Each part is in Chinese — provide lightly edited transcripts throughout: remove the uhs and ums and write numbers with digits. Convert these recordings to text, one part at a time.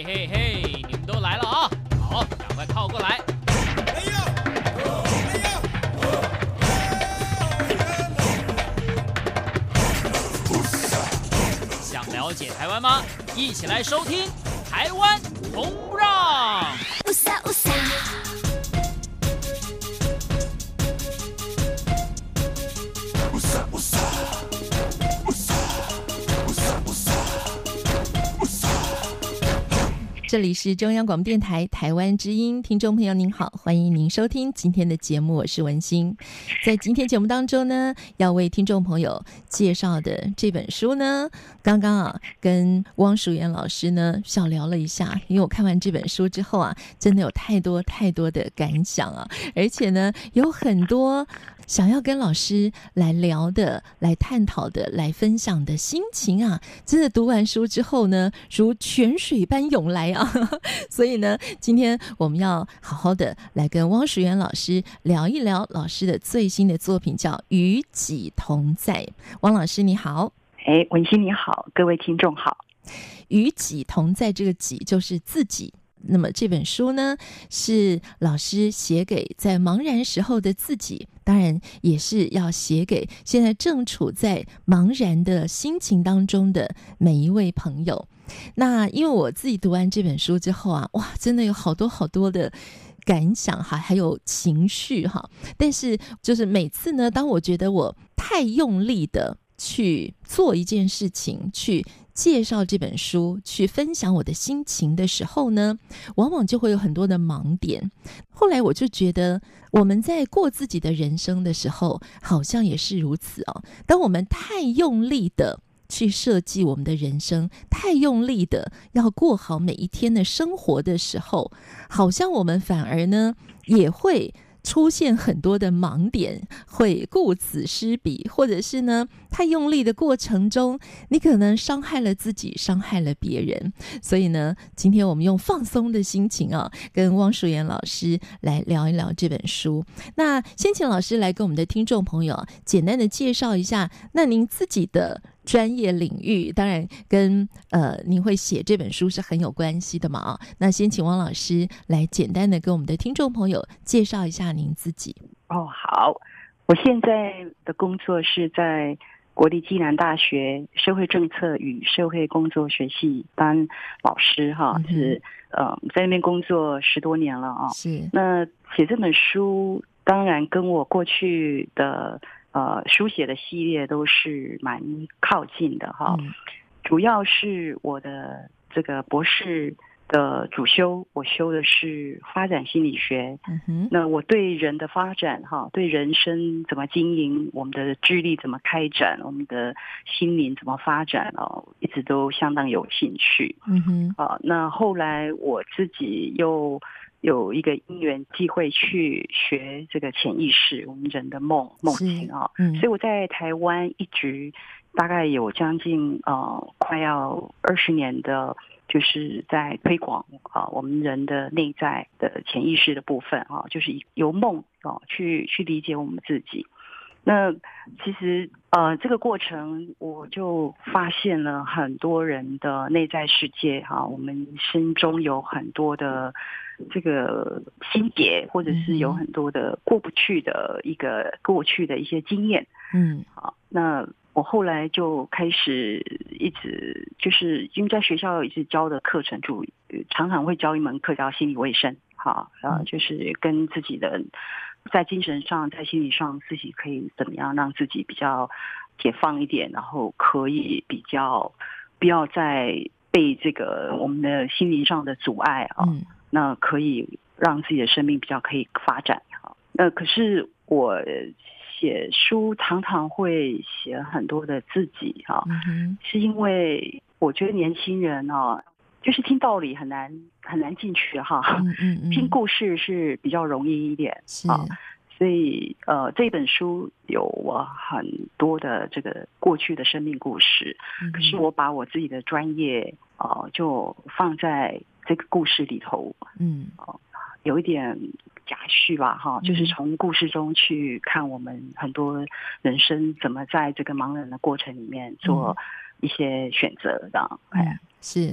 嘿嘿嘿，你们都来了啊！好，赶快靠过来。想了解台湾吗？一起来收听《台湾同不让》。 这里是中央广播电台台湾之音，听众朋友您好，欢迎您收听今天的节目，我是文心。在今天节目当中呢，要为听众朋友介绍的这本书呢，刚刚跟汪淑媛老师呢小聊了一下，因为我看完这本书之后真的有太多的感想而且呢有很多想要跟老师来聊的、来探讨的、来分享的心情真的读完书之后呢，如泉水般涌来所以呢，今天我们要好好的来跟汪淑媛老师聊一聊老师的最新的作品，叫《与己同在》。汪老师你好。 文心你好，各位听众好。 与己同在，这个己就是自己。那么这本书呢，是老师写给在茫然时候的自己，当然也是要写给现在正处在茫然的心情当中的每一位朋友。那因为我自己读完这本书之后哇，真的有好多的感想还有情绪但是就是每次呢，当我觉得我太用力的去做一件事情，去介绍这本书，去分享我的心情的时候呢，往往就会有很多的盲点。后来我就觉得我们在过自己的人生的时候好像也是如此当我们太用力的去设计我们的人生，太用力的要过好每一天的生活的时候，好像我们反而呢也会出现很多的盲点，会顾此失彼，或者是呢太用力的过程中，你可能伤害了自己，伤害了别人。所以呢，今天我们用放松的心情跟汪淑媛老师来聊一聊这本书。那先请老师来跟我们的听众朋友简单的介绍一下，那您自己的专业领域，当然跟您会写这本书是很有关系的嘛那先请汪老师来简单的跟我们的听众朋友介绍一下您自己。 好，我现在的工作是在国立暨南大学社会政策与社会工作学系当老师是在那边工作10多年了是。 那写这本书当然跟我过去的书写的系列都是蛮靠近的主要是我的这个博士的主修，我修的是发展心理学。那我对人的发展对人生怎么经营，我们的智力怎么开展，我们的心灵怎么发展一直都相当有兴趣。那后来我自己又有一个因缘机会去学这个潜意识，我们人的梦境所以我在台湾一直大概有将近快要20年的，就是在推广我们人的内在的潜意识的部分就是由梦去理解我们自己。那其实这个过程我就发现了很多人的内在世界我们心中有很多的这个心结，或者是有很多的过不去的一个过去的一些经验。那我后来就开始一直就是因为在学校一直教的课程常常会教一门课叫心理卫生就是跟自己的在精神上在心理上自己可以怎么样让自己比较解放一点，然后可以比较不要再被这个我们的心灵上的阻碍那可以让自己的生命比较可以发展那可是我写书常常会写很多的自己是因为我觉得年轻人就是听道理很难进去听故事是比较容易一点所以这本书有我很多的这个过去的生命故事可是我把我自己的专业就放在这个故事里头有一点假叙吧就是从故事中去看我们很多人生怎么在这个茫然的过程里面做一些选择的是呀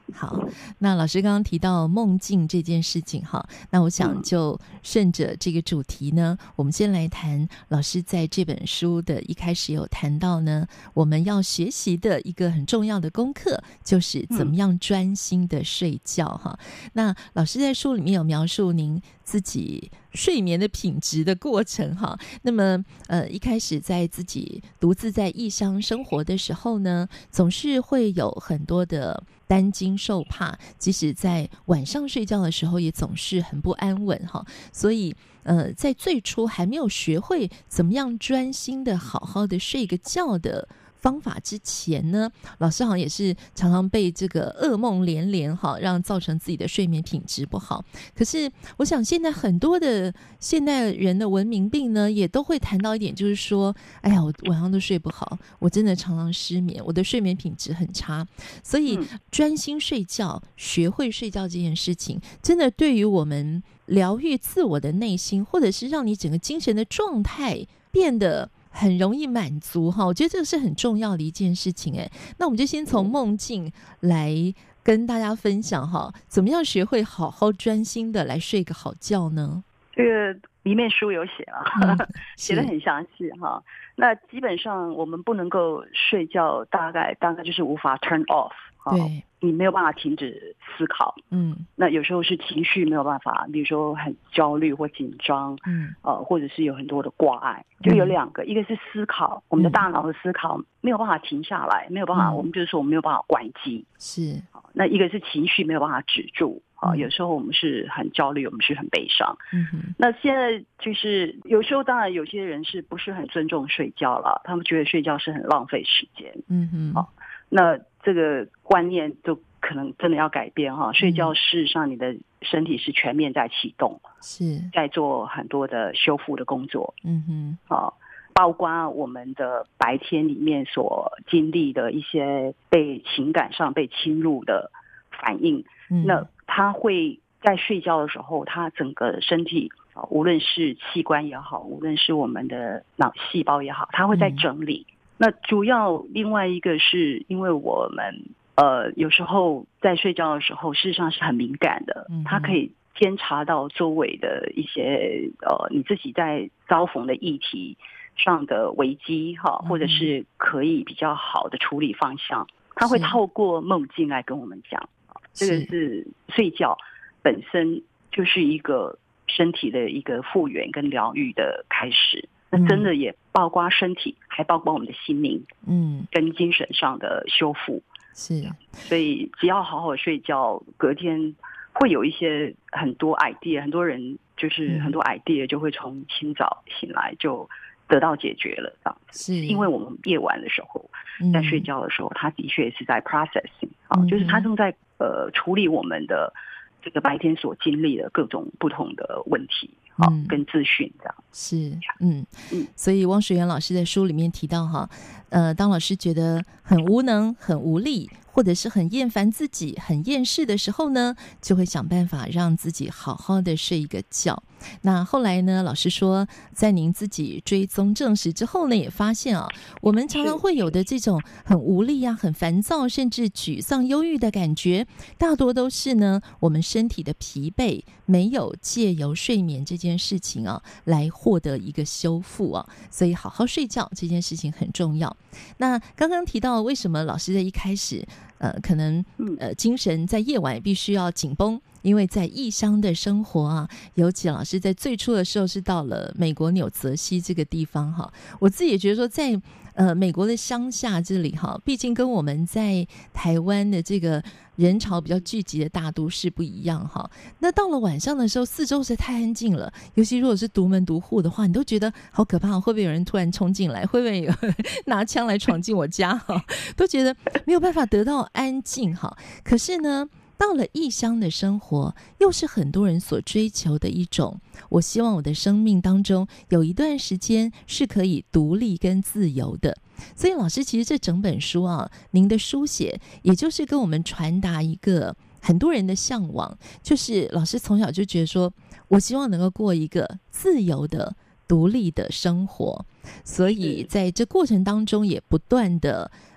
好，那老师刚刚提到梦境这件事情哈，那我想就顺着这个主题呢，我们先来谈老师在这本书的一开始有谈到呢，我们要学习的一个很重要的功课就是怎么样专心的睡觉哈。那老师在书里面有描述您自己睡眠的品质的过程哈，那么一开始在自己独自在异乡生活的时候呢，总是会有很多的担惊受怕，即使在晚上睡觉的时候也总是很不安稳哈。所以在最初还没有学会怎么样专心的好好的睡个觉的方法之前呢，老师好像也是常常被这个噩梦连连哈，让造成自己的睡眠品质不好。可是我想现在很多的现代人的文明病呢，也都会谈到一点，就是说哎呀，我晚上都睡不好，我真的常常失眠，我的睡眠品质很差。所以专心睡觉，学会睡觉这件事情，真的对于我们疗愈自我的内心，或者是让你整个精神的状态变得很容易满足哈，我觉得这个是很重要的一件事情哎。那我们就先从梦境来跟大家分享哈，怎么样学会好好专心的来睡个好觉呢？ 这个里面书有写啊，写得很详细哈。那基本上我们不能够睡觉，大概就是无法 turn off。对，你没有办法停止思考。那有时候是情绪没有办法，比如说很焦虑或紧张，或者是有很多的挂碍，就有两个，一个是思考，我们的大脑的思考没有办法停下来，没有办法，我们就是说我们没有办法关机。是，那一个是情绪没有办法止住。有时候我们是很焦虑，我们是很悲伤。那现在就是有时候当然有些人是不是很尊重睡觉了，他们觉得睡觉是很浪费时间。那这个观念就可能真的要改变哈。睡觉事实上你的身体是全面在启动，是在做很多的修复的工作。包括我们的白天里面所经历的一些被情感上被侵入的反应，那他会在睡觉的时候，他整个身体无论是器官也好，无论是我们的脑细胞也好，他会在整理。那主要另外一个是因为我们有时候在睡觉的时候事实上是很敏感的，它可以监察到周围的一些你自己在遭逢的议题上的危机哈，或者是可以比较好的处理方向，它会透过梦境来跟我们讲。这个是睡觉本身就是一个身体的一个复原跟疗愈的开始。那真的也包括身体，还包括我们的心灵，跟精神上的修复。是，所以只要好好睡觉，隔天会有一些很多 idea， 很多人就是很多 idea 就会从清早醒来就得到解决了，这样子。是因为我们夜晚的时候，在睡觉的时候，他的确是在 processing，就是他正在处理我们的这个白天所经历的各种不同的问题。跟资讯这样是， 所以汪水源老师的书里面提到哈，当老师觉得很无能、很无力，或者是很厌烦自己、很厌世的时候呢，就会想办法让自己好好的睡一个觉。那后来呢，老师说，在您自己追踪证实之后呢，也发现啊，我们常常会有的这种很无力啊、很烦躁，甚至沮丧、忧郁的感觉，大多都是呢我们身体的疲惫没有借由睡眠这件事情啊来获得一个修复啊，所以好好睡觉这件事情很重要。那刚刚提到为什么老师在一开始可能精神在夜晚必须要紧绷，因为在异乡的生活啊，尤其老师在最初的时候是到了美国纽泽西这个地方哈，我自己也觉得说在美国的乡下这里哈，毕竟跟我们在台湾的这个人潮比较聚集的大都市不一样哈。那到了晚上的时候，四周实在太安静了，尤其如果是独门独户的话，你都觉得好可怕，会不会有人突然冲进来，会不会有人拿枪来闯进我家哈，都觉得没有办法得到安静哈。可是呢，到了异乡的生活，又是很多人所追求的一种，我希望我的生命当中有一段时间是可以独立跟自由的。所以老师其实这整本书啊，您的书写也就是跟我们传达一个很多人的向往，就是老师从小就觉得说，我希望能够过一个自由的独立的生活，所以在这过程当中也不断的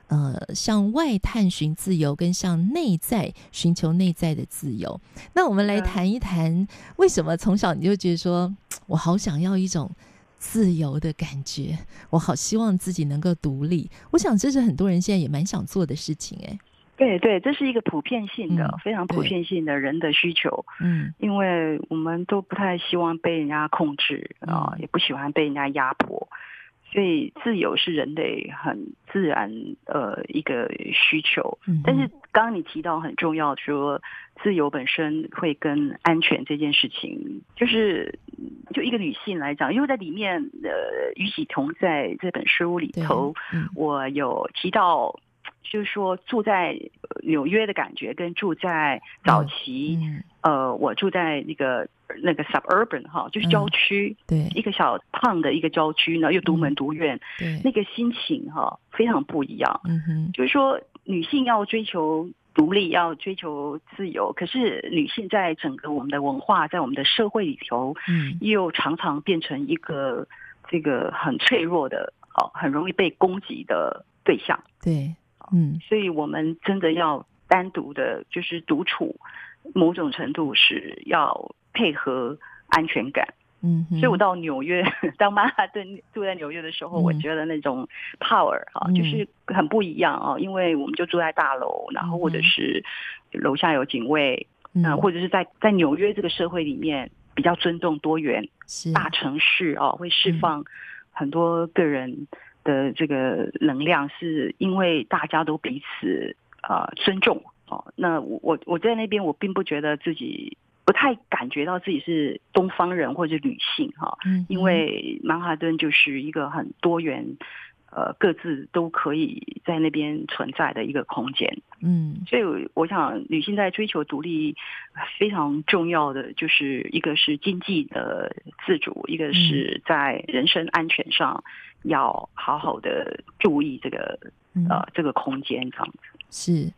向外探寻自由跟向内在寻求内在的自由。那我们来谈一谈，为什么从小你就觉得说我好想要一种自由的感觉，我好希望自己能够独立。我想这是很多人现在也蛮想做的事情。 对对，这是一个普遍性的、非常普遍性的人的需求。因为我们都不太希望被人家控制也不喜欢被人家压迫，所以自由是人类很自然一个需求。但是刚刚你提到很重要，说自由本身会跟安全这件事情，就一个女性来讲，因为在里面于喜彤在这本书里头，我有提到就是说住在纽约的感觉跟住在早期我住在那个 suburban 就是郊区，对，一个小胖的一个郊区呢，又独门独院，那个心情非常不一样。就是说女性要追求独立，要追求自由，可是女性在整个我们的文化，在我们的社会里头，又常常变成一个这个很脆弱的很容易被攻击的对象。对，所以我们真的要单独的就是独处，某种程度是要配合安全感。所以我到纽约，当曼哈顿住在纽约的时候，我觉得那种 power 就是很不一样因为我们就住在大楼，然后或者是楼下有警卫，或者是在纽约这个社会里面比较尊重多元，大城市会释放很多个人的这个能量，是因为大家都彼此尊重。那我在那边，我并不觉得自己不太感觉到自己是东方人或者女性因为曼哈顿就是一个很多元各自都可以在那边存在的一个空间。所以我想女性在追求独立非常重要的就是一个是经济的自主，一个是在人身安全上要好好的注意这个这个空间这样子。是。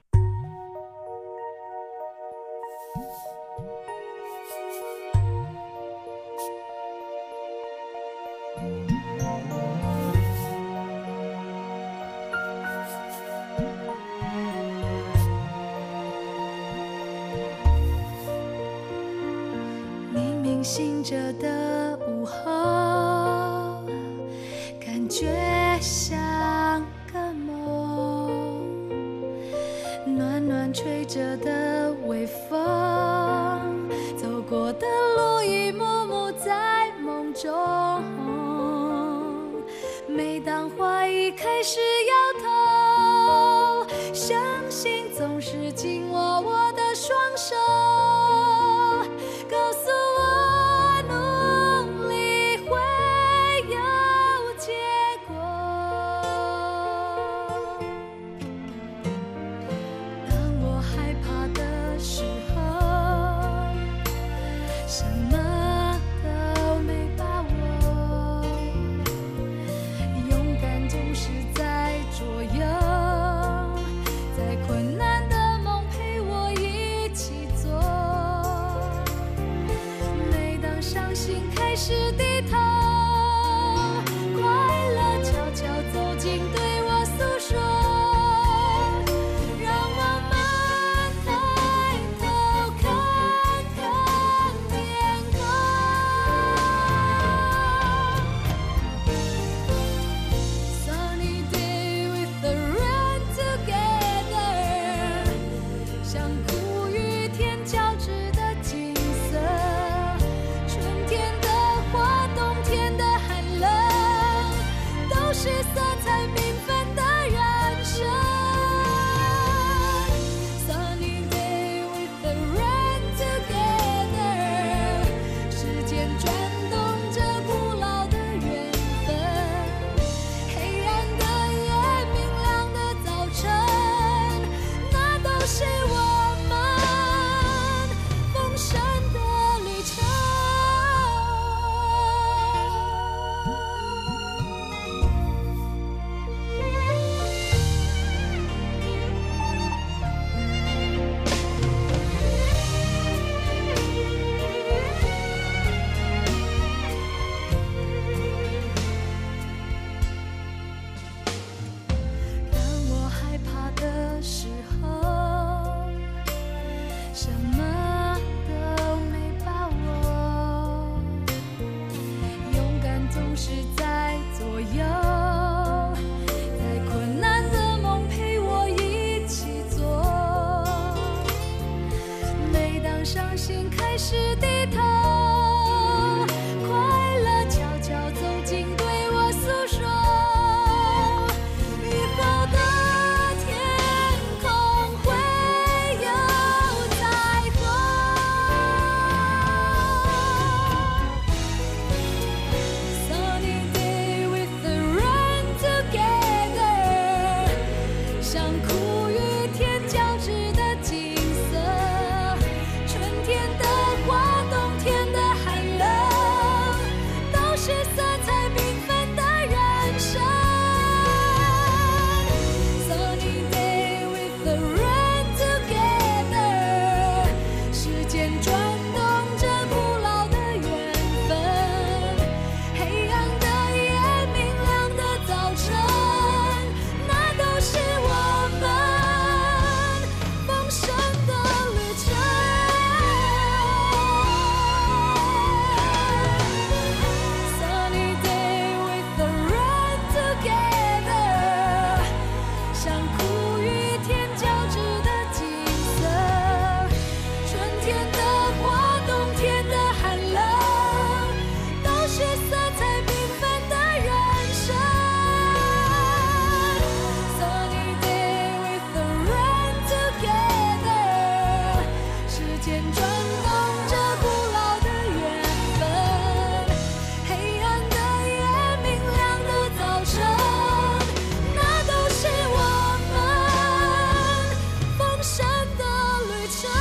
醒着的午后，感觉像个梦，暖暖吹着的微风，走过的路一幕幕在梦中。每当怀疑开始摇头，相信总是紧握我的双手，告诉是低头，快乐悄悄走近，对我诉说，让我们抬头看看天空。Sunny day with the rain together， 像苦与甜交织的景色。是色彩缤纷的人生 Sunny day with the rain together， 时间转动着古老的缘分，黑暗的夜，明亮的早晨，那都是我们什么都没把握，勇敢总是在左右，再困难的梦陪我一起做。每当伤心开始低头，快乐悄悄走近对我诉说。以后的天空会有彩虹。Sunny day with the rain together， 像苦与甜交织的景色，春天的花，冬天的寒冷，都是色彩缤纷的人生。Sunny day with the rain together， 时间转动着古老的缘分，黑暗的夜，明亮的早晨，那都是我们丰盛的旅程。Sunny day with the rain together， 像苦与甜交织的景色，春天的花，冬天的寒冷，都是色彩缤纷的人生。Sunny day with the rain together， 时间转动着古老的缘分，黑暗的夜，明亮的早晨，那都是我们丰盛的旅程。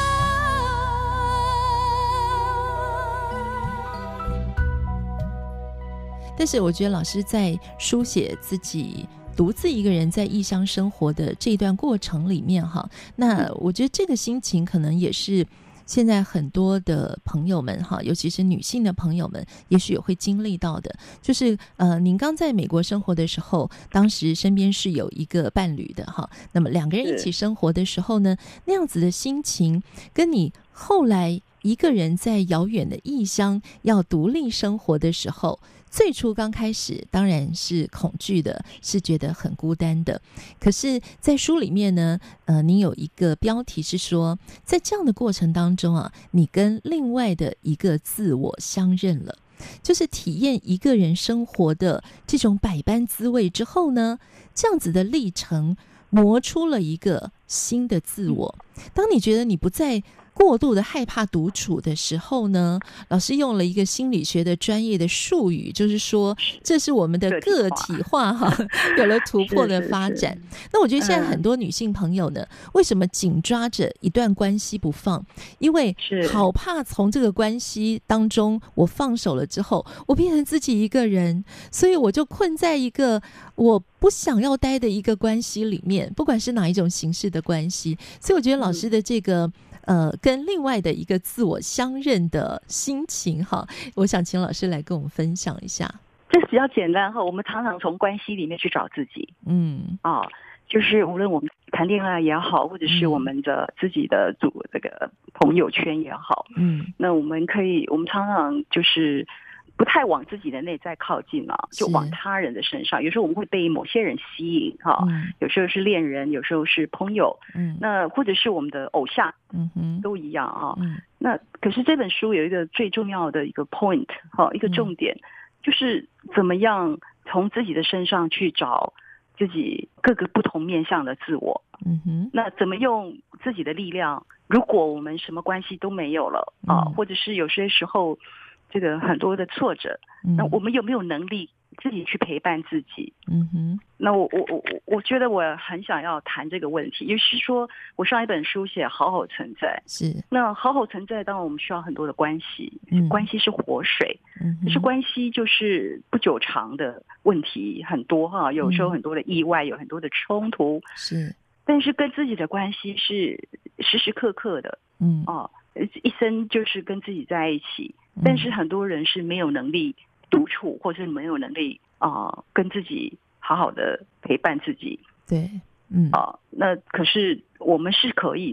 但是我觉得老师在书写自己独自一个人在异乡生活的这段过程里面哈，那我觉得这个心情可能也是现在很多的朋友们哈，尤其是女性的朋友们，也许也会经历到的，就是您刚在美国生活的时候，当时身边是有一个伴侣的哈，那么两个人一起生活的时候呢，那样子的心情，跟你后来一个人在遥远的异乡要独立生活的时候，最初刚开始当然是恐惧的，是觉得很孤单的。可是在书里面呢，您有一个标题是说，在这样的过程当中啊，你跟另外的一个自我相认了，就是体验一个人生活的这种百般滋味之后呢，这样子的历程磨出了一个新的自我。当你觉得你不再过度的害怕独处的时候呢，老师用了一个心理学的专业的术语，就是说这是我们的个体化哈，有了突破的发展。那我觉得现在很多女性朋友呢，为什么紧抓着一段关系不放？因为好怕从这个关系当中我放手了之后，我变成自己一个人，所以我就困在一个我不想要待的一个关系里面，不管是哪一种形式的关系。所以我觉得老师的这个跟另外的一个自我相认的心情哈，我想请老师来跟我们分享一下。 这比较简单哈，我们常常从关系里面去找自己，就是无论我们谈恋爱也好，或者是我们的自己的这个朋友圈也好，那我们常常就是不太往自己的内在靠近了，就往他人的身上。有时候我们会被某些人吸引哈，有时候是恋人，有时候是朋友，那或者是我们的偶像，都一样啊。那可是这本书有一个最重要的一个 point 哈，一个重点，就是怎么样从自己的身上去找自己各个不同面向的自我。那怎么用自己的力量？如果我们什么关系都没有了啊，或者是有些时候这个很多的挫折，那我们有没有能力自己去陪伴自己？那我觉得我很想要谈这个问题，也是说我上一本书写好好存在，是那好好存在，当然我们需要很多的关系，关系是活水，可是关系就是不久长的问题很多哈，有时候很多的意外，有很多的冲突，是，但是跟自己的关系是时时刻刻的，一生就是跟自己在一起，但是很多人是没有能力独处，或是没有能力跟自己好好的陪伴自己。对，那可是我们是可以的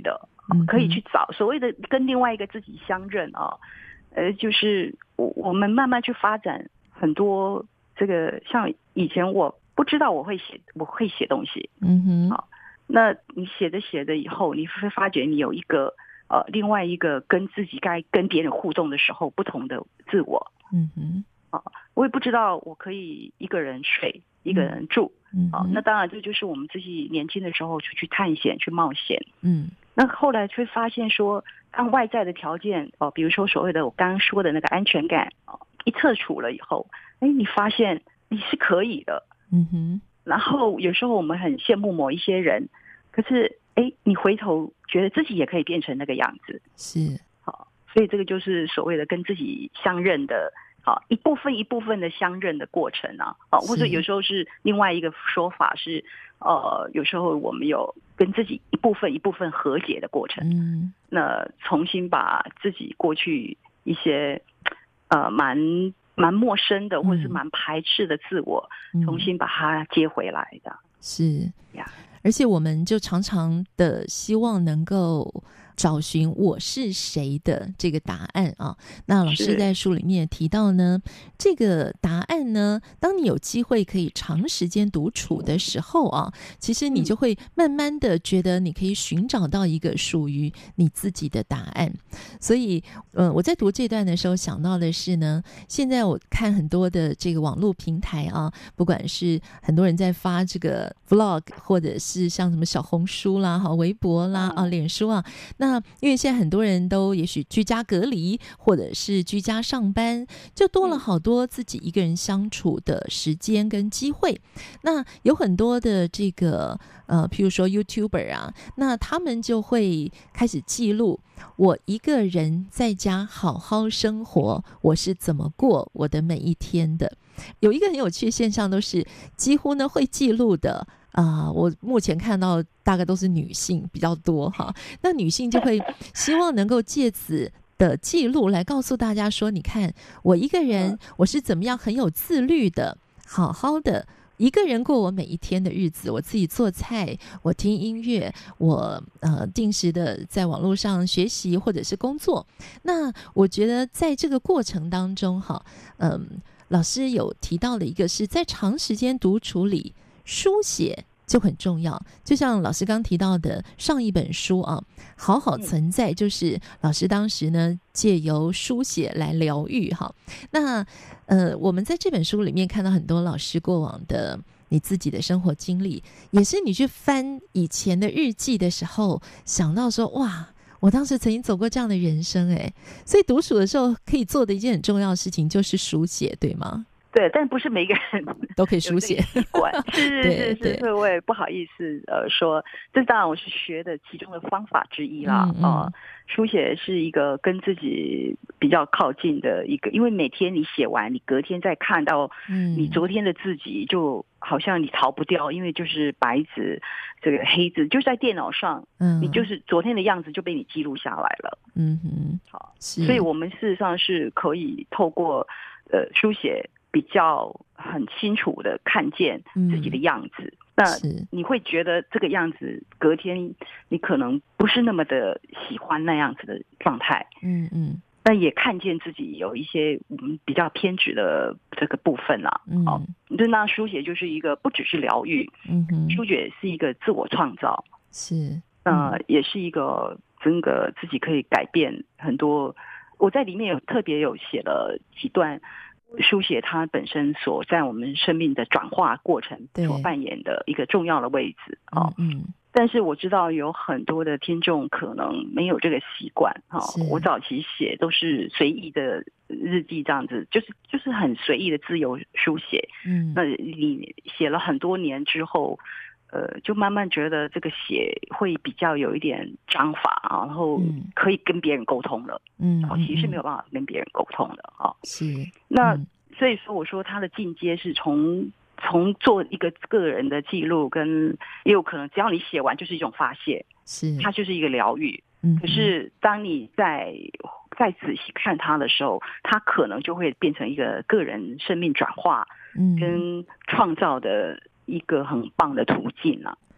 可以去找所谓的跟另外一个自己相认啊。就是我们慢慢去发展很多这个，像以前我不知道我会写东西，好，那你写着以后，你会发觉你有一个另外一个跟自己该跟别人互动的时候不同的自我，我也不知道我可以一个人睡，一个人住，那当然这就是我们自己年轻的时候去探险去冒险，那后来却发现说，当外在的条件比如说所谓的我刚刚说的那个安全感一撤除了以后，你发现你是可以的，然后有时候我们很羡慕某一些人，可是你回头觉得自己也可以变成那个样子， 是好，所以这个就是所谓的跟自己相认的。一部分一部分的相认的过程啊，或者有时候是另外一个说法是，有时候我们有跟自己一部分一部分和解的过程，那重新把自己过去一些蛮陌生的或者是蛮排斥的自我，重新把它接回来的， 是呀。而且我们就常常的希望能够找寻我是谁的这个答案啊。那老师在书里面提到呢，这个答案呢，当你有机会可以长时间独处的时候啊，其实你就会慢慢的觉得你可以寻找到一个属于你自己的答案。所以我在读这段的时候想到的是呢，现在我看很多的这个网络平台啊，不管是很多人在发这个 vlog， 或者是像什么小红书啦、微博啦、脸书啊，那因为现在很多人都也许居家隔离或者是居家上班，就多了好多自己一个人相处的时间跟机会。那有很多的这个譬如说 YouTuber 啊，那他们就会开始记录我一个人在家好好生活，我是怎么过我的每一天的。有一个很有趣的现象，都是几乎呢会记录的我目前看到大概都是女性比较多哈。那女性就会希望能够借此的记录来告诉大家说，你看我一个人我是怎么样很有自律的，好好的一个人过我每一天的日子，我自己做菜，我听音乐，我定时的在网络上学习或者是工作。那我觉得在这个过程当中老师有提到的一个是在长时间独处里，书写就很重要。就像老师刚提到的上一本书啊，好好存在，就是老师当时呢借由书写来疗愈哈。那我们在这本书里面看到很多老师过往的你自己的生活经历，也是你去翻以前的日记的时候想到说，哇，我当时曾经走过这样的人生所以独处的时候可以做的一件很重要的事情就是书写，对吗？ 对，但不是每个人都可以书写习惯，是，所以我也不好意思说，这当然我是学的其中的方法之一啦。书写是一个跟自己比较靠近的一个，因为每天你写完，你隔天再看到你昨天的自己，就好像你逃不掉，因为就是白纸这个黑字就在电脑上，你就是昨天的样子就被你记录下来了。好，所以我们事实上是可以透过书写比较很清楚的看见自己的样子，那你会觉得这个样子隔天你可能不是那么的喜欢那样子的状态，但也看见自己有一些比较偏执的这个部分啦。那书写就是一个不只是疗愈，书写是一个自我创造， 是也是一个真的自己可以改变很多。我在里面特别有写了几段书写它本身所在我们生命的转化过程所扮演的一个重要的位置。但是我知道有很多的听众可能没有这个习惯。我早期写都是随意的日记，这样子就是很随意的自由书写。那你写了很多年之后，就慢慢觉得这个写会比较有一点章法，然后可以跟别人沟通了。其实没有办法跟别人沟通的是。 那所以说我说他的进阶是从做一个个人的记录，跟也有可能只要你写完就是一种发泄， 是它就是一个疗愈。可是当你再仔细看它的时候，它可能就会变成一个个人生命转化跟创造的一个很棒的途径了。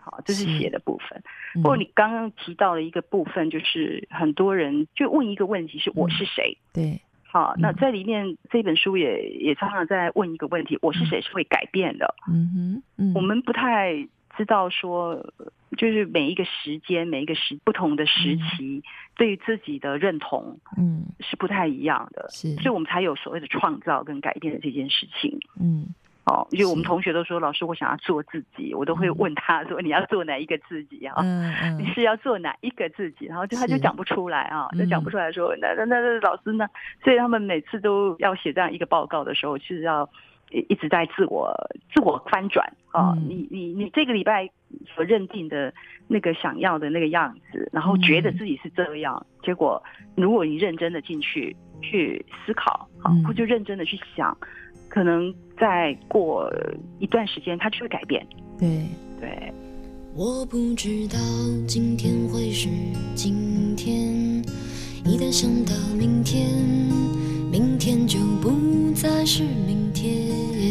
好，这是写的部分。不过你刚刚提到的一个部分，就是很多人就问一个问题是我是谁？ 对。 好，那在里面这本书也常常在问一个问题：我是谁是会改变的。我们不太知道说，就是每一个时间、每一个不同的时期，对于自己的认同，是不太一样的。所以我们才有所谓的创造跟改变的这件事情。就我们同学都说，老师，我想要做自己，我都会问他说，你要做哪一个自己啊？你是要做哪一个自己？然后他就讲不出来啊，就讲不出来说，那老师呢？所以他们每次都要写这样一个报告的时候，是要一直在自我翻转啊。你这个礼拜所认定的那个想要的那个样子，然后觉得自己是这样，结果如果你认真的进去思考，或就认真的去想。可能再过一段时间，它就会改变。 对。 我不知道今天会是今天，一旦想到明天，明天就不再是明天，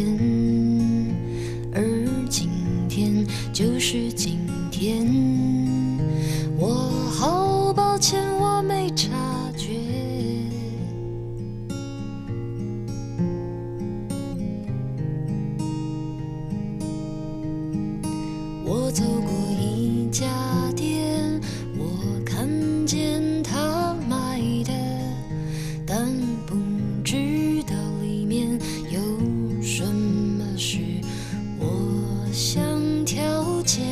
而今天就是今天。我好抱歉，我没察觉。我走过一家店，我看见他卖的，但不知道里面有什么是我想条件。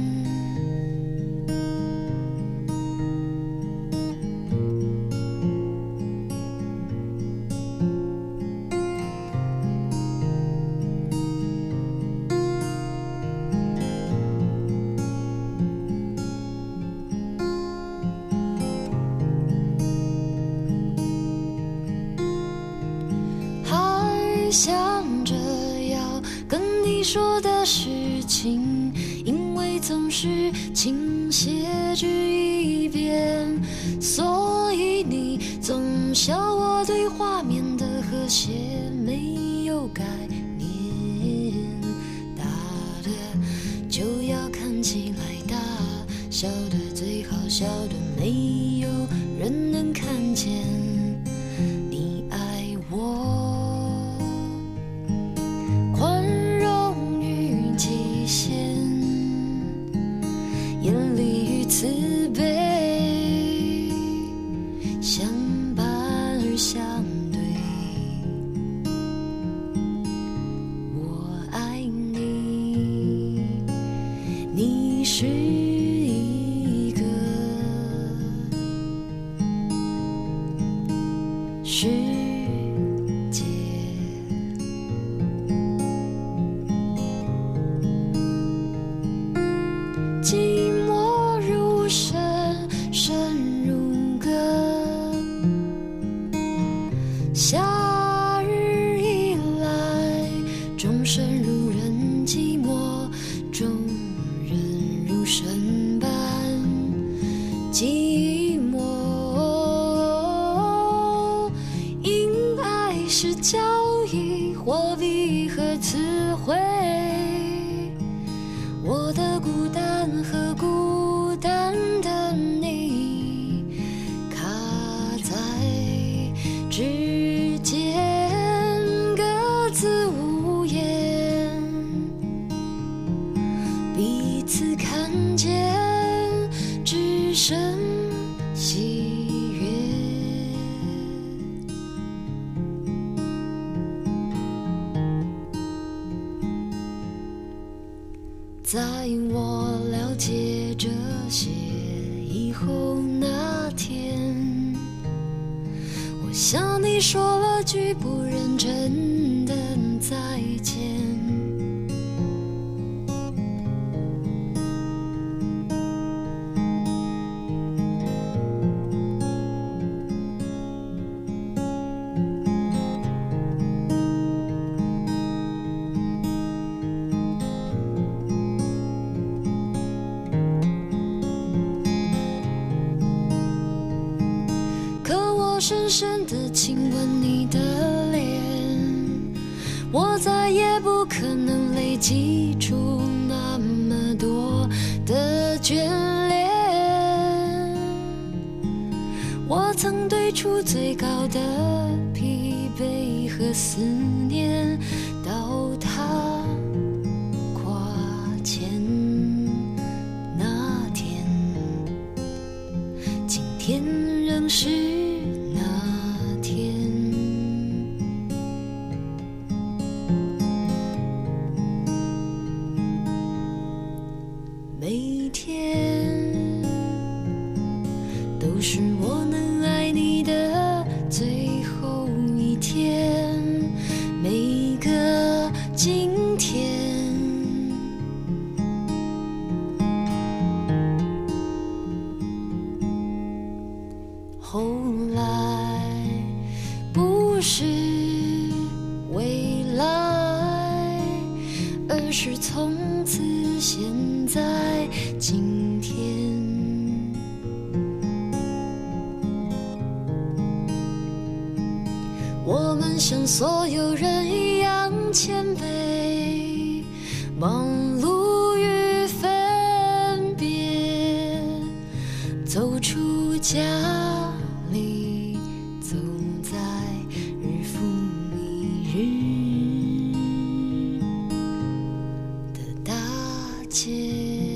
想着要跟你说的事情，因为总是倾斜至一边，所以你总笑我对画面的和谐没有概念。大的就要看起来大，小的最好小的没有人能看见。你爱我慈悲，相伴而相对。我爱你，你是一个世界。寂寞如深，深如歌。夏日以来，钟声如人寂寞，众人如神般寂寞。因爱是交易，货币和词汇。我的孤单和孤单的你卡在指尖，各自无言，彼此看见，只剩喜悦。在我了解这些以后那天，我向你说了句不认真的再见。深深地亲吻你的脸，我再也不可能累积出那么多眷恋。我曾堆出最高的疲惫和思念，到他跨前那天，今天仍是那天。每天都是我能爱你的最后一天，每个今天。后来不是未来，而是从此现在今天。我们像所有人一样谦卑，忙碌与分别，走出家里，走在日复一日的大街。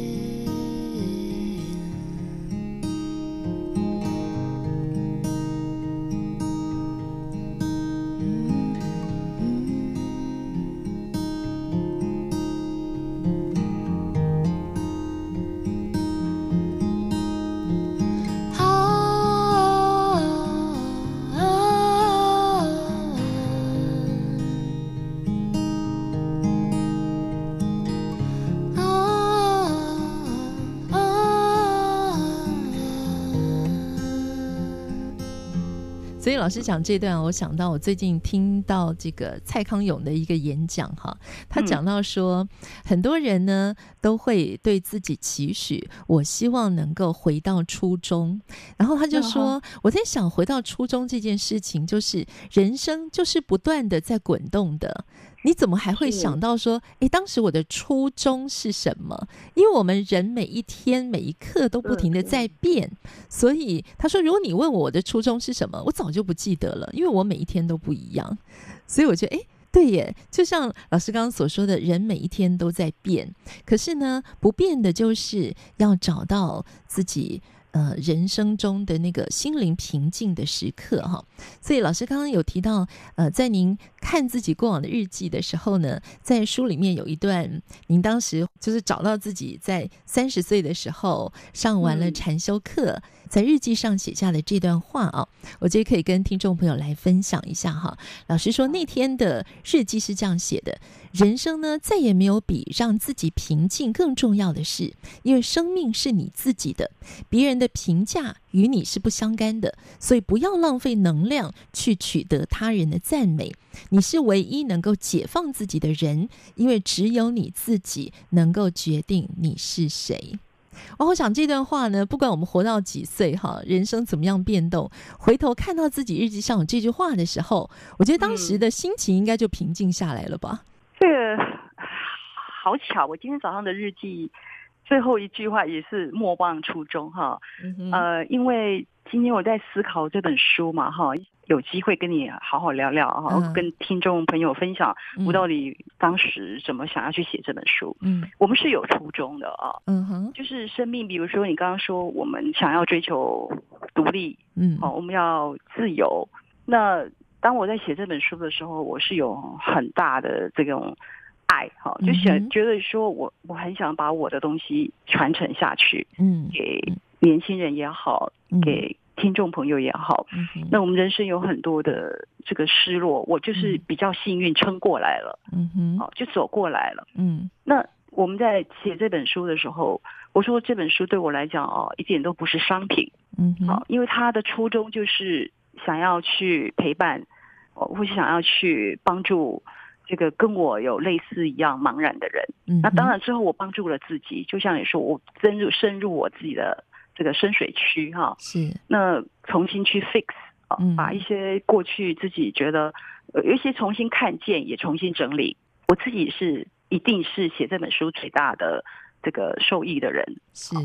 所以老师讲这段，我想到我最近听到这个蔡康永的一个演讲哈，他讲到说，很多人呢都会对自己期许，我希望能够回到初中，然后他就说，我在想回到初中这件事情，就是人生就是不断的在滚动的。你怎么还会想到说，当时我的初衷是什么？因为我们人每一天每一刻都不停的在变，所以他说，如果你问我的初衷是什么，我早就不记得了，因为我每一天都不一样。所以我觉得，对耶，就像老师刚刚所说的，人每一天都在变，可是呢，不变的就是要找到自己人生中的那个心灵平静的时刻哈。所以老师刚刚有提到，在您看自己过往的日记的时候呢，在书里面有一段，您当时就是找到自己在30岁的时候上完了禅修课，在日记上写下的这段话啊，我觉得可以跟听众朋友来分享一下哈。老师说那天的日记是这样写的：人生呢，再也没有比让自己平静更重要的事，因为生命是你自己的，别人的评价与你是不相干的，所以不要浪费能量去取得他人的赞美。你是唯一能够解放自己的人，因为只有你自己能够决定你是谁。我想这段话呢，不管我们活到几岁哈，人生怎么样变动，回头看到自己日记上有这句话的时候，我觉得当时的心情应该就平静下来了吧。 这个好巧，我今天早上的日记最后一句话也是莫忘初衷哈。因为今天我在思考这本书嘛哈，有机会跟你好好聊聊哈，跟听众朋友分享我到底当时怎么想要去写这本书。我们是有初衷的啊，就是生命，比如说你刚刚说我们想要追求独立，我们要自由。那当我在写这本书的时候，我是有很大的这种爱哈，就觉得说我很想把我的东西传承下去，给年轻人也好，给听众朋友也好。那我们人生有很多的这个失落，我就是比较幸运撑过来了，就走过来了。那我们在写这本书的时候，我说这本书对我来讲一点都不是商品，因为它的初衷就是想要去陪伴，或是想要去帮助这个跟我有类似一样茫然的人。那当然之后我帮助了自己，就像你说，我深入我自己的这个深水区哈，是那重新去 fix 把一些过去自己觉得有一些重新看见，也重新整理。我自己是一定是写这本书最大的这个受益的人。是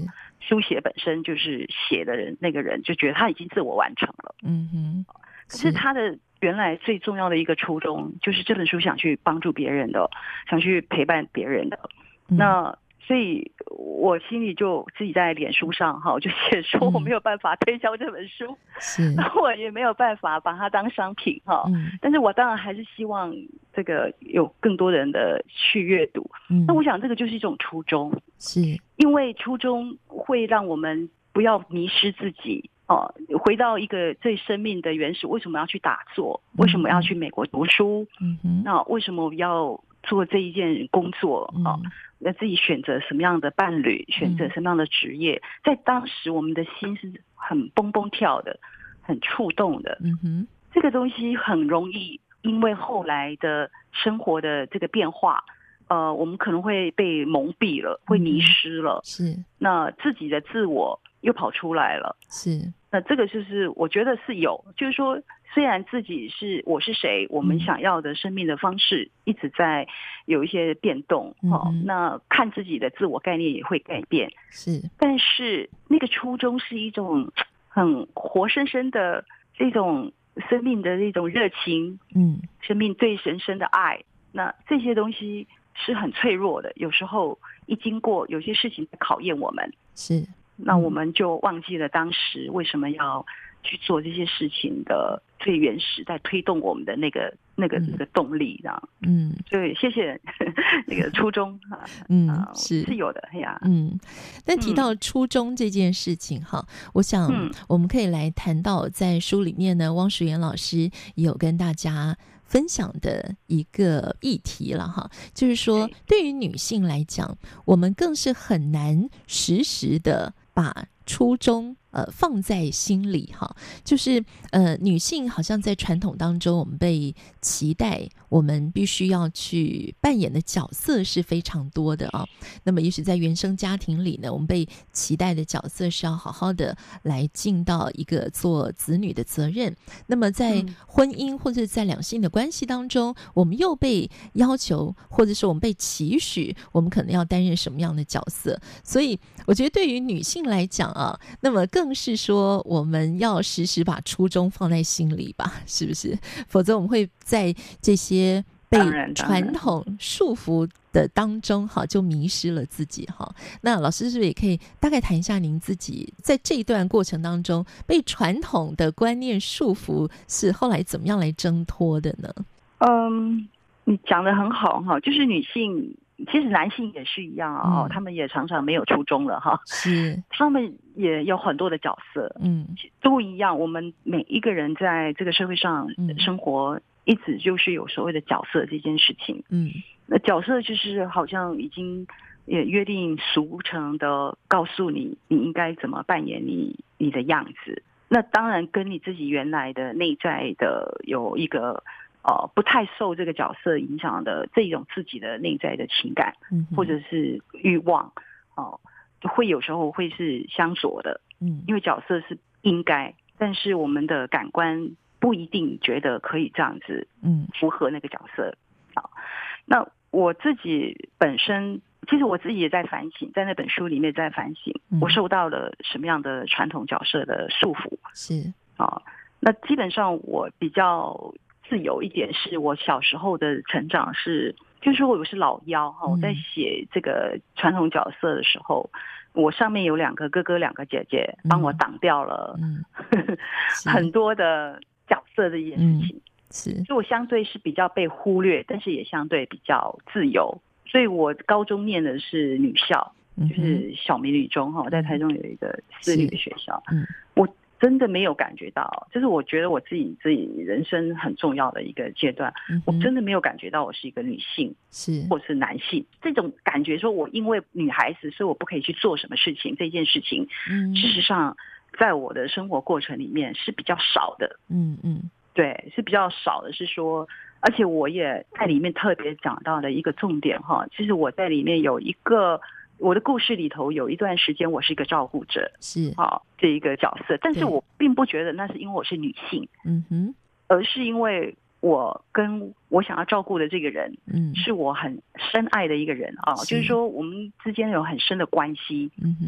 书写本身就是写的人那个人就觉得他已经自我完成了。可是他的原来最重要的一个初衷就是这本书想去帮助别人的，想去陪伴别人的。那所以我心里就自己在脸书上我就写说我没有办法推销这本书，我也没有办法把它当商品但是我当然还是希望这个有更多人的去阅读。那我想这个就是一种初衷，是因为初衷会让我们不要迷失自己回到一个最生命的原始，为什么要去打坐？为什么要去美国读书？那为什么要做这一件工作那自己选择什么样的伴侣，选择什么样的职业，在当时我们的心是很蹦蹦跳的，很触动的。这个东西很容易因为后来的生活的这个变化我们可能会被蒙蔽了，会迷失了，是那自己的自我又跑出来了，是那这个就是我觉得是有，就是说虽然自己是我是谁，我们想要的生命的方式一直在有一些变动那看自己的自我概念也会改变，是但是那个初衷是一种很活生生的这种生命的那种热情生命最神圣的爱，那这些东西是很脆弱的，有时候一经过有些事情考验我们，是那我们就忘记了当时为什么要去做这些事情的最原始在推动我们的那个动力这样。所以谢谢那个初衷是有的呀。 但提到初衷这件事情我想我们可以来谈到在书里面呢，汪淑妍老师也有跟大家分享的一个议题了就是说对于女性来讲，我们更是很难时时的把初衷放在心里就是女性好像在传统当中我们被期待我们必须要去扮演的角色是非常多的那么也许在原生家庭里呢，我们被期待的角色是要好好的来尽到一个做子女的责任，那么在婚姻或者在两性的关系当中，我们又被要求或者是我们被期许我们可能要担任什么样的角色，所以我觉得对于女性来讲那么更是说我们要时时把初衷放在心里吧，是不是？否则我们会在这些被传统束缚的当中就迷失了自己那老师是不是也可以大概谈一下您自己在这一段过程当中被传统的观念束缚是后来怎么样来挣脱的呢？ 你讲得很好就是女性其实男性也是一样他们也常常没有初衷了是他们也有很多的角色都一样，我们每一个人在这个社会上生活一直就是有所谓的角色这件事情那角色就是好像已经也约定俗成的告诉你你应该怎么扮演你的样子，那当然跟你自己原来的内在的有一个不太受这个角色影响的这种自己的内在的情感或者是欲望会有时候会是相左的因为角色是应该，但是我们的感官不一定觉得可以这样子符合那个角色那我自己本身其实我自己也在反省，在那本书里面在反省我受到了什么样的传统角色的束缚是那基本上我比较自由一点，是我小时候的成长是就是说我是老幺我在写这个传统角色的时候我上面有2个哥哥2个姐姐帮我挡掉了很多的角色的一件事情所以我相对是比较被忽略，但是也相对比较自由，所以我高中念的是女校就是小美女中在台中有一个私立的学校我真的没有感觉到，就是我觉得我自己人生很重要的一个阶段我真的没有感觉到我是一个女性是或是男性这种感觉，说我因为女孩子所以我不可以去做什么事情，这件事情事实上在我的生活过程里面是比较少的对，是比较少的，是说而且我也在里面特别讲到的一个重点其实我在里面有一个我的故事里头有一段时间我是一个照顾者是这一个角色，但是我并不觉得那是因为我是女性而是因为我跟我想要照顾的这个人是我很深爱的一个人就是说我们之间有很深的关系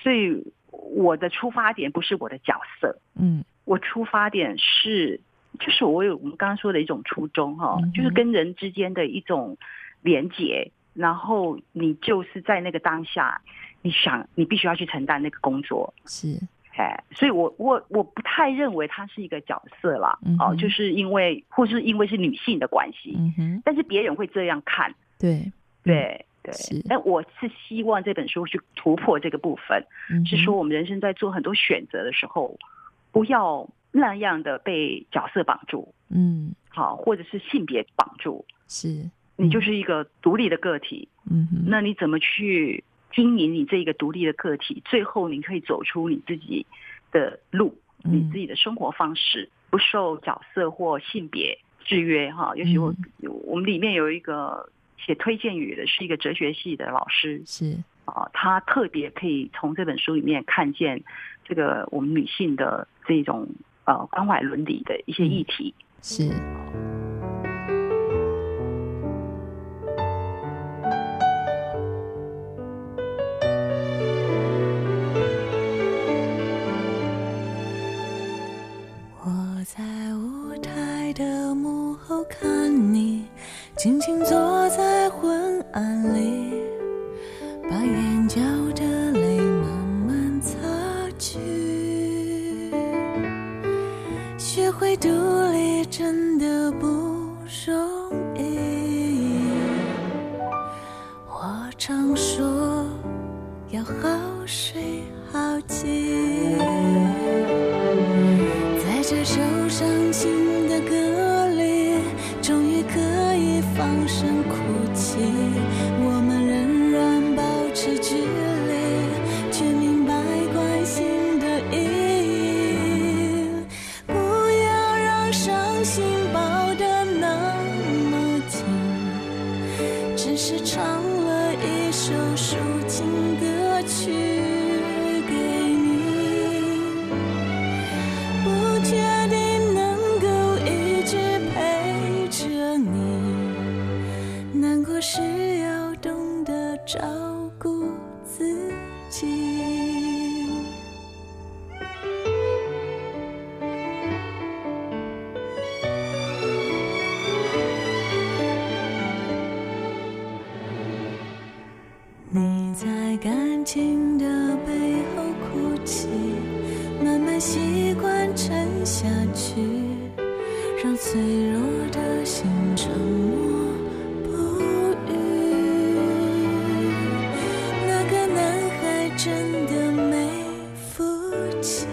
所以我的出发点不是我的角色，我出发点是就是我们刚刚说的一种初衷哈，就是跟人之间的一种连结，然后你就是在那个当下，你必须要去承担那个工作， 是。 所以我不太认为它是一个角色啦，就是因为或是因为是女性的关系，但是别人会这样看，对，但我是希望这本书去突破这个部分，是说我们人生在做很多选择的时候，不要那样的被角色绑住，好，或者是性别绑住，是你就是一个独立的个体，那你怎么去经营你这一个独立的个体，最后你可以走出你自己的路，你自己的生活方式，不受角色或性别制约哈。尤其我们里面有一个写推荐语的，是一个哲学系的老师，是他特别可以从这本书里面看见这个我们女性的这种关怀伦理的一些议题，是。 静静坐在昏暗里，把眼角的泪慢慢擦去，学会独立真的不容易。我常说要好睡好觉，在这首伤心的歌里，终于可以放声哭泣，我们仍然保持距离，却明白关心的意义。不要让伤心抱得那么紧，只是唱了一首抒情歌曲给你，不确定能够一直陪着你，难过时要懂得照顾自己。你在感情的背后哭泣，慢慢习惯沉下去，让脆弱的心沉默不语。那个男孩真的没福气，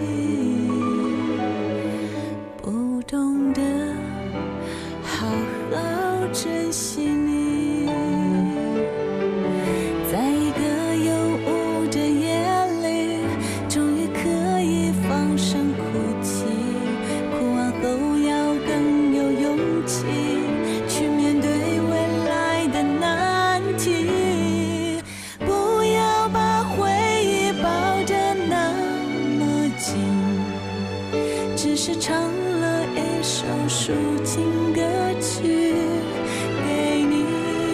不懂得好好珍惜你，在一个有雾的夜里，终于可以放声哭泣，哭完后要更有勇气去面对未来的难题。不要把回忆抱得那么紧，只是唱了一首抒情歌曲给你，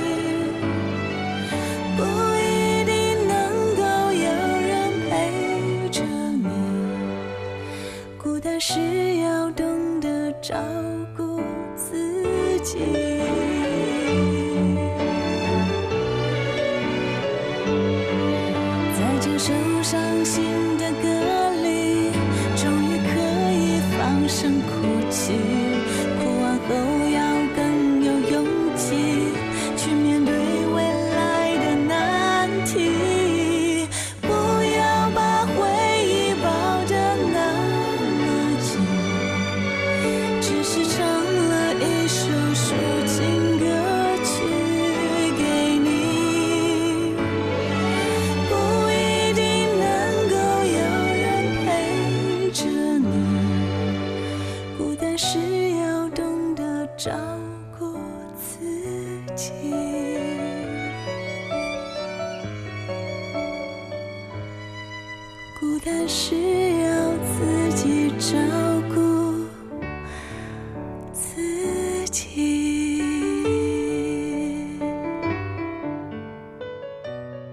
不一定能够有人陪着你，孤单时要懂得照顾自己。在这首伤心的歌里，终于可以放声哭泣，哭完后要更有勇气去面对未来的难题。不要把回忆抱得那么紧，只是唱了一首抒情歌曲给你，不一定能够有人陪着你，孤单时要懂得照顾自己。孤单时要自己照顾自己。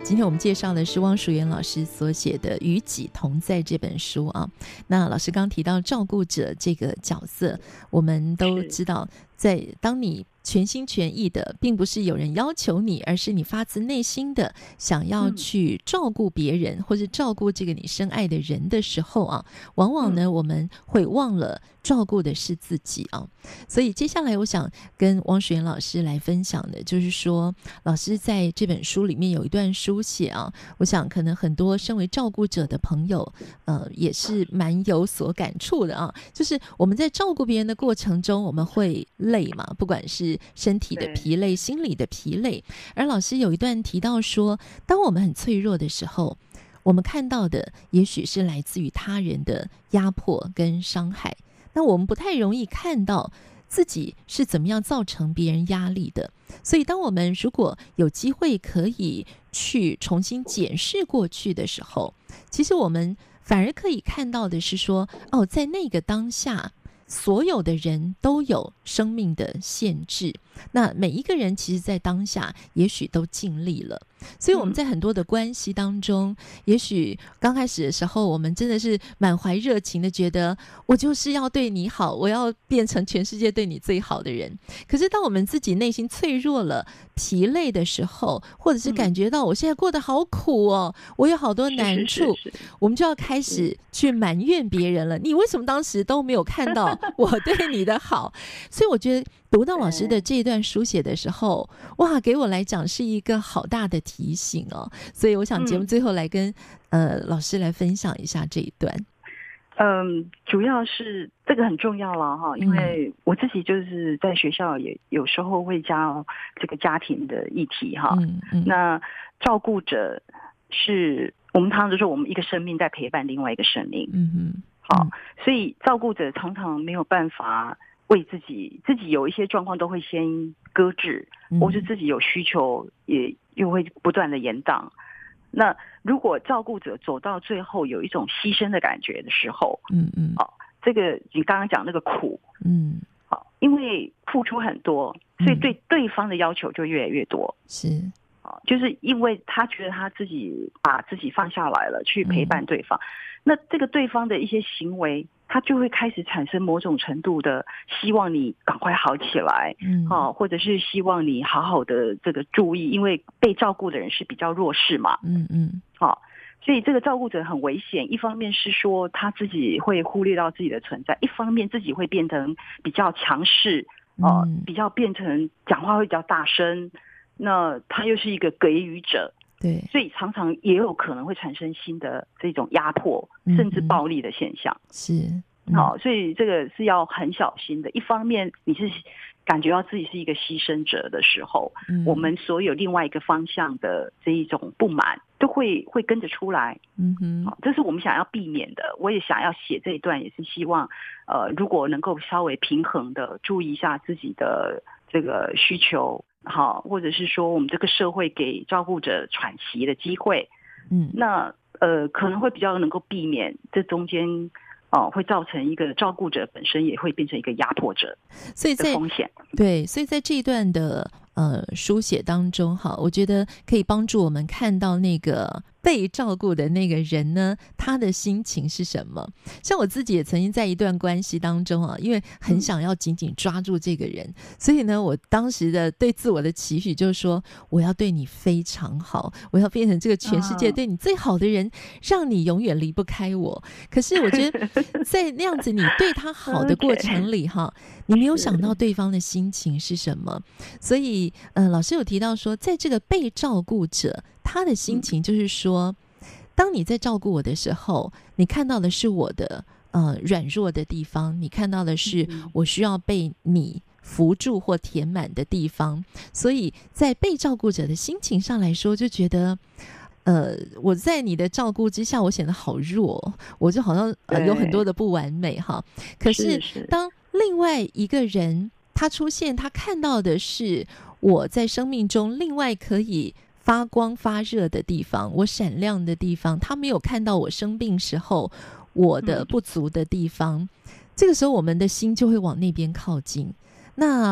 今天我们介绍的是汪淑媛老师所写的《与己同在》这本书啊。那老师刚提到照顾者这个角色，我们都知道，在当你全心全意的，并不是有人要求你，而是你发自内心的想要去照顾别人，或是照顾这个你深爱的人的时候啊，往往呢我们会忘了照顾的是自己啊。所以接下来我想跟汪淑媛老师来分享的就是说，老师在这本书里面有一段书写啊，我想可能很多身为照顾者的朋友也是蛮有所感触的啊。就是我们在照顾别人的过程中，我们会累嘛，不管是身体的疲累，心理的疲累。而老师有一段提到说，当我们很脆弱的时候，我们看到的也许是来自于他人的压迫跟伤害，那我们不太容易看到自己是怎么样造成别人压力的。所以当我们如果有机会可以去重新检视过去的时候，其实我们反而可以看到的是说，在那个当下所有的人都有生命的限制，那每一个人其实在当下也许都尽力了。所以我们在很多的关系当中，也许刚开始的时候我们真的是满怀热情的觉得我就是要对你好，我要变成全世界对你最好的人。可是当我们自己内心脆弱了，疲累的时候，或者是感觉到我现在过得好苦哦，我有好多难处，我们就要开始去埋怨别人了，你为什么当时都没有看到我对你的好？所以我觉得读到老师的这一段书写的时候，哇，给我来讲是一个好大的提醒哦。所以我想节目最后来跟老师来分享一下这一段。 主要是这个很重要了哈，因为我自己就是在学校也有时候会教这个家庭的议题哈。那照顾者是我们常常都说我们一个生命在陪伴另外一个生命。好，所以照顾者常常没有办法为自己有一些状况都会先搁置，或是自己有需求也又会不断的延宕。那如果照顾者走到最后有一种牺牲的感觉的时候，这个你刚刚讲那个苦，好，因为付出很多，所以对对方的要求就越来越多， 是， 就是因为他觉得他自己把自己放下来了，去陪伴对方，那这个对方的一些行为，他就会开始产生某种程度的希望你赶快好起来，或者是希望你好好的这个注意，因为被照顾的人是比较弱势嘛，所以这个照顾者很危险。一方面是说他自己会忽略到自己的存在，一方面自己会变成比较强势，比较变成讲话会比较大声，那他又是一个给予者。 对， 所以常常也有可能会产生新的这种压迫，甚至暴力的现象。 是， 所以这个是要很小心的。一方面你是感觉到自己是一个牺牲者的时候，我们所有另外一个方向的这一种不满都会跟着出来。这是我们想要避免的。我也想要写这一段，也是希望如果能够稍微平衡的注意一下自己的这个需求，好，或者是说我们这个社会给照顾者喘息的机会，那可能会比较能够避免这中间会造成一个照顾者本身也会变成一个压迫者的风险。 对，所以在这一段的书写当中哈，我觉得可以帮助我们看到那个被照顾的那个人呢，他的心情是什么。像我自己也曾经在一段关系当中啊，因为很想要紧紧抓住这个人，所以呢我当时的对自我的期许就是说，我要对你非常好，我要变成这个全世界对你最好的人，让你永远离不开我。可是我觉得在那样子你对他好的过程里哈，你没有想到对方的心情是什么。所以老师有提到说，在这个被照顾者他的心情就是说，当你在照顾我的时候，你看到的是我的软弱的地方，你看到的是我需要被你扶住或填满的地方。所以在被照顾者的心情上来说，就觉得我在你的照顾之下我显得好弱，我就好像有很多的不完美哈。可是当另外一个人他出现，他看到的是我在生命中另外可以发光发热的地方，我闪亮的地方，他没有看到我生病时候我的不足的地方，这个时候我们的心就会往那边靠近。那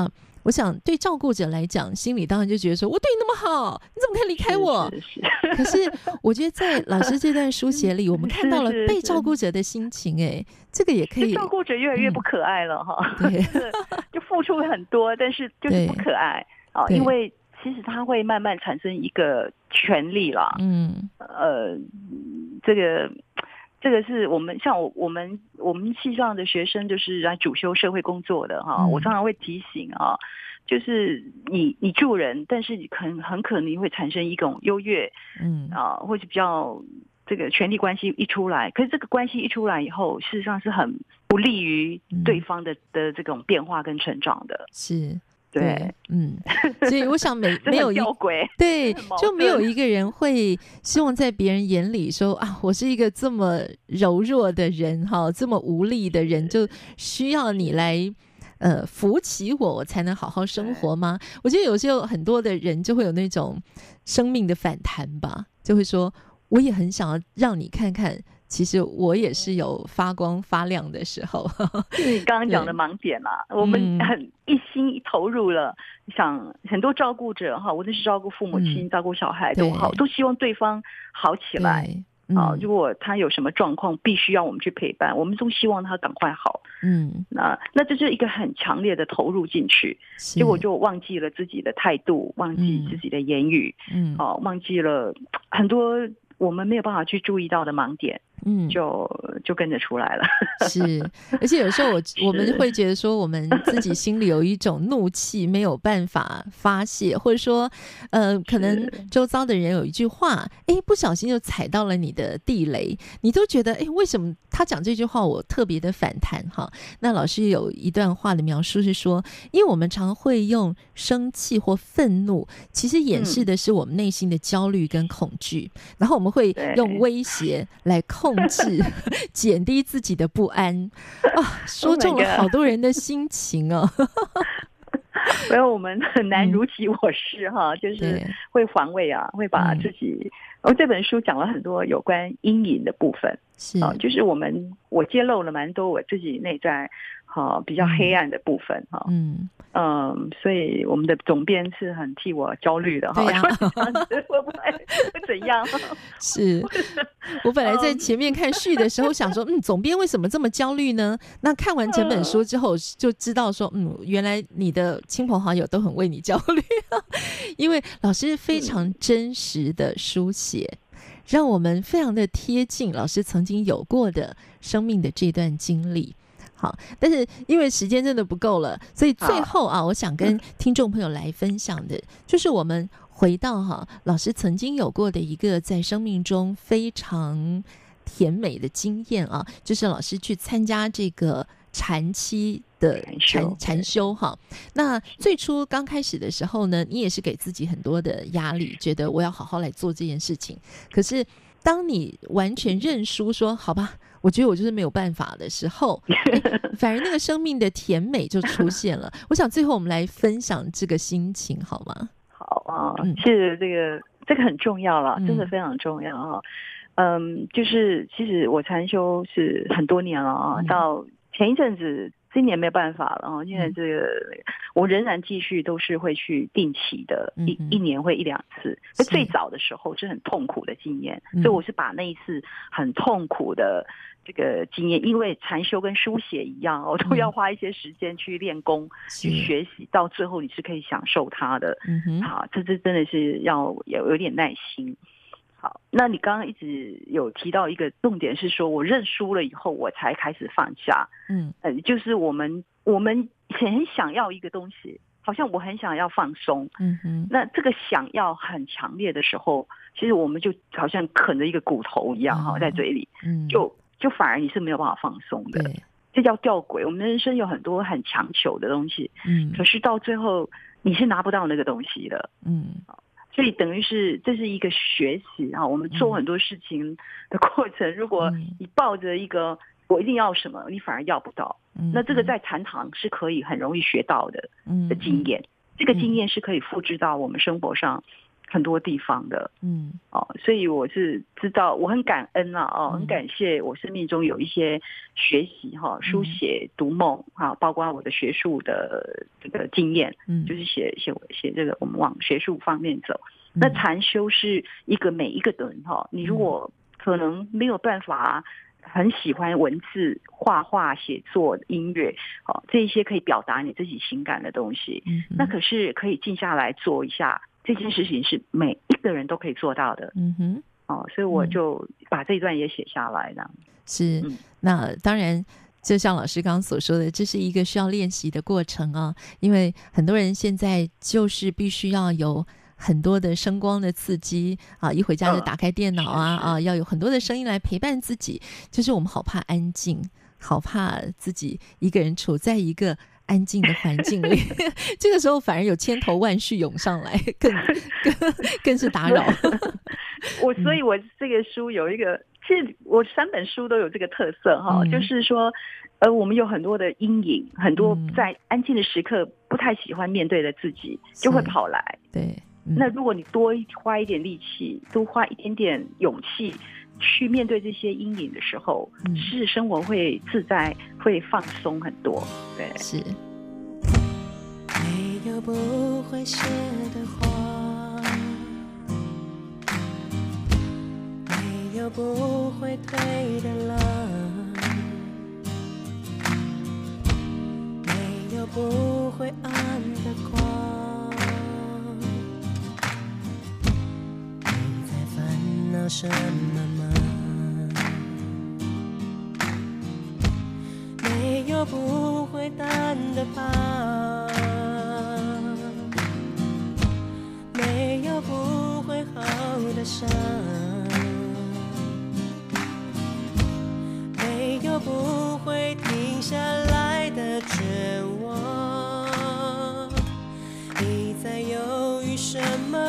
我想对照顾者来讲，心里当然就觉得说，我对你那么好，你怎么可以离开我？ 是可是我觉得在老师这段书写里，我们看到了被照顾者的心情，这个也可以。 照顾者越来越不可爱了哈， 对， 就付出了很多，但是就是不可爱啊，因为其实他会慢慢产生一个权利啦，这个是我们像我们系上的学生就是来主修社会工作的哈，我常常会提醒啊，就是你助人，但是你很可能会产生一种优越，或者比较这个权力关系一出来，可是这个关系一出来以后，事实上是很不利于对方的这种变化跟成长的， 是。 对， 所以我想没有吊诡， 对，就没有一个人会希望在别人眼里说啊，我是一个这么柔弱的人哈，这么无力的人，就需要你来扶起我才能好好生活吗？我觉得有些很多的人就会有那种生命的反弹吧，就会说我也很想要让你看看。其实我也是有发光发亮的时候， 是你刚刚讲的盲点啦。我们很一心一投入了，想很多照顾者哈，无论是照顾父母亲、照顾小孩都好，都希望对方好起来。如果他有什么状况，必须要我们去陪伴，我们都希望他赶快好。那这是一个很强烈的投入进去，结果就忘记了自己的态度，忘记自己的言语，忘记了很多我们没有办法去注意到的盲点。就跟着出来了。 是，而且有时候我们会觉得说，我们自己心里有一种怒气没有办法发泄，或者说可能周遭的人有一句话，不小心就踩到了你的地雷，你都觉得为什么他讲这句话我特别的反弹哈？那老师有一段话的描述是说，因为我们常会用生气或愤怒，其实掩饰的是我们内心的焦虑跟恐惧，然后我们会用威胁来控制减低自己的不安啊，说中了好多人的心情哦。 没有，我们很难如其我是哈，就是会防卫啊，会把自己。这本书讲了很多有关阴影的部分， 是就是我揭露了蛮多我自己内在比较黑暗的部分哈。所以我们的总编是很替我焦虑的哈，会不会怎样？ 是我本来在前面看序的时候想说，总编为什么这么焦虑呢？那看完整本书之后就知道说，原来你的亲朋好友都很为你焦虑，因为老师非常真实的书写，让我们非常的贴近老师曾经有过的生命的这段经历。好，但是因为时间真的不够了，所以最后我想跟听众朋友来分享的，就是我们回到老师曾经有过的一个在生命中非常甜美的经验啊，就是老师去参加这个禅期的禅修哈。那最初刚开始的时候呢，你也是给自己很多的压力，觉得我要好好来做这件事情。可是当你完全认输说好吧，我觉得我就是没有办法的时候，反而那个生命的甜美就出现了。我想最后我们来分享这个心情好吗？ 好啊，是这个很重要了，真的非常重要啊。就是其实我禅修是很多年了啊，到前一阵子今年没有办法了，现在这个我仍然继续都是会去定期的，一年会1-2次。最早的时候是很痛苦的经验，所以我是把那一次很痛苦的这个经验，因为禅修跟书写一样，我都要花一些时间去练功，去学习，到最后你是可以享受它的。好，这真的是要有点耐心。好，那你刚刚一直有提到一个重点是说，我认输了以后，我才开始放下。就是我们很想要一个东西，好像我很想要放松。那这个想要很强烈的时候，其实我们就好像啃着一个骨头一样在嘴里，就反而你是没有办法放松的。这叫吊诡。我们的人生有很多很强求的东西，可是到最后你是拿不到那个东西的。所以等于是这是一个学习啊，我们做很多事情的过程，如果你抱着一个我一定要什么，你反而要不到。那这个在禅堂是可以很容易学到的经验，这个经验是可以复制到我们生活上很多地方的。所以我是知道，我很感恩啊，很感谢我生命中有一些学习书写读梦包括我的学术的这个经验，就是写这个我们往学术方面走。那禅修是一个每一个人你如果可能没有办法很喜欢文字、画画、写作、音乐这一些可以表达你自己情感的东西，那可是可以静下来做一下，这件事情是每一个人都可以做到的。所以我就把这一段也写下来了。 是，那当然就像老师刚刚所说的，这是一个需要练习的过程啊，因为很多人现在就是必须要有很多的声光的刺激一回家就打开电脑要有很多的声音来陪伴自己，就是我们好怕安静，好怕自己一个人处在一个安静的环境里这个时候反而有千头万绪涌上来，更是打扰所以我这个书有一个，其实我3本书都有这个特色就是说我们有很多的阴影，很多在安静的时刻不太喜欢面对的自己就会跑来。 对， 那如果你多花一点力气，多花一点点勇气去面对这些阴影的时候，是生活会自在，会放松很多。对， 是。 没有不会谢的花，没有不会退的浪，没有不会暗的光。你在烦恼什么吗？没有不会淡的疤，没有不会好的伤，没有不会停下来的绝望。你在犹豫什么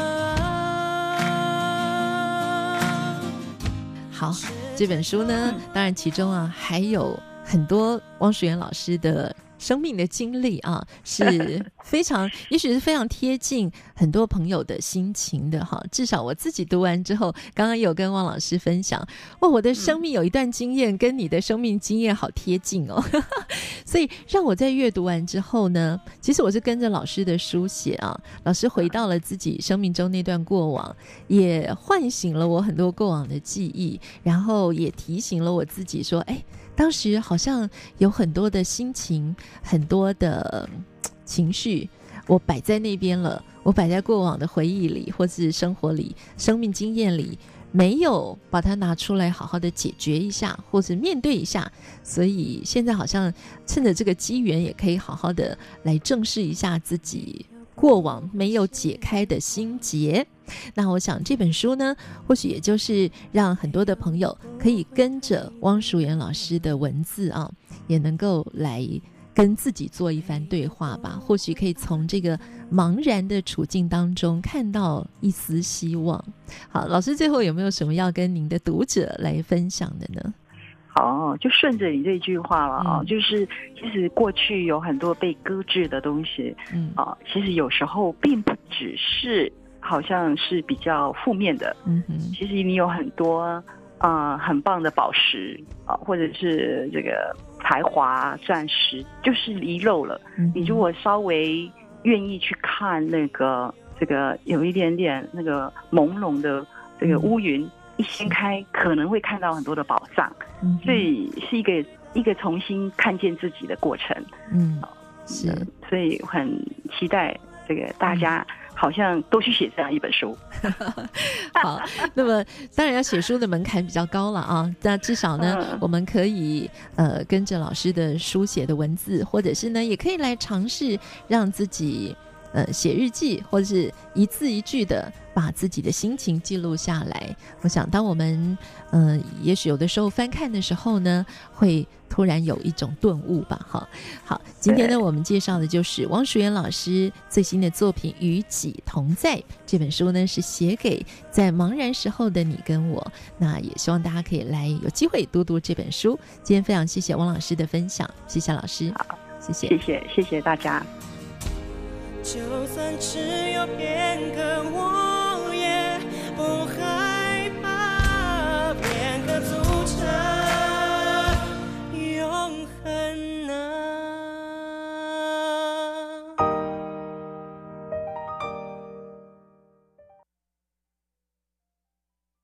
好，这本书呢，当然其中还有很多汪淑媛老师的生命的经历是非常也许是非常贴近很多朋友的心情的至少我自己读完之后，刚刚也有跟汪老师分享，我的生命有一段经验跟你的生命经验好贴近所以让我在阅读完之后呢，其实我是跟着老师的书写老师回到了自己生命中那段过往，也唤醒了我很多过往的记忆，然后也提醒了我自己说当时好像有很多的心情，很多的情绪我摆在那边了，我摆在过往的回忆里，或是生活里、生命经验里，没有把它拿出来好好的解决一下，或是面对一下，所以现在好像趁着这个机缘也可以好好的来正视一下自己过往没有解开的心结。那我想这本书呢，或许也就是让很多的朋友可以跟着汪淑媛老师的文字也能够来跟自己做一番对话吧，或许可以从这个茫然的处境当中看到一丝希望。好，老师最后有没有什么要跟您的读者来分享的呢？ 好，就顺着你这句话了就是其实过去有很多被搁置的东西其实有时候并不只是好像是比较负面的其实你有很多很棒的宝石或者是这个才华钻石就是遗漏了你如果稍微愿意去看那个这个有一点点那个朦胧的这个乌云一掀开可能会看到很多的宝藏所以是一个重新看见自己的过程是， 所以很期待这个大家好像都去写这样一本书好，那么当然要写书的门槛比较高了那至少呢我们可以跟着老师的书写的文字，或者是呢也可以来尝试让自己写日记，或者是一字一句的把自己的心情记录下来。我想当我们也许有的时候翻看的时候呢，会突然有一种顿悟吧。好，今天呢我们介绍的就是汪淑媛老师最新的作品《与己同在》这本书呢，是写给在茫然时候的你跟我，那也希望大家可以来有机会读读这本书。今天非常谢谢汪老师的分享，谢谢老师。好， 谢谢大家。 就算只有片刻，我永恒。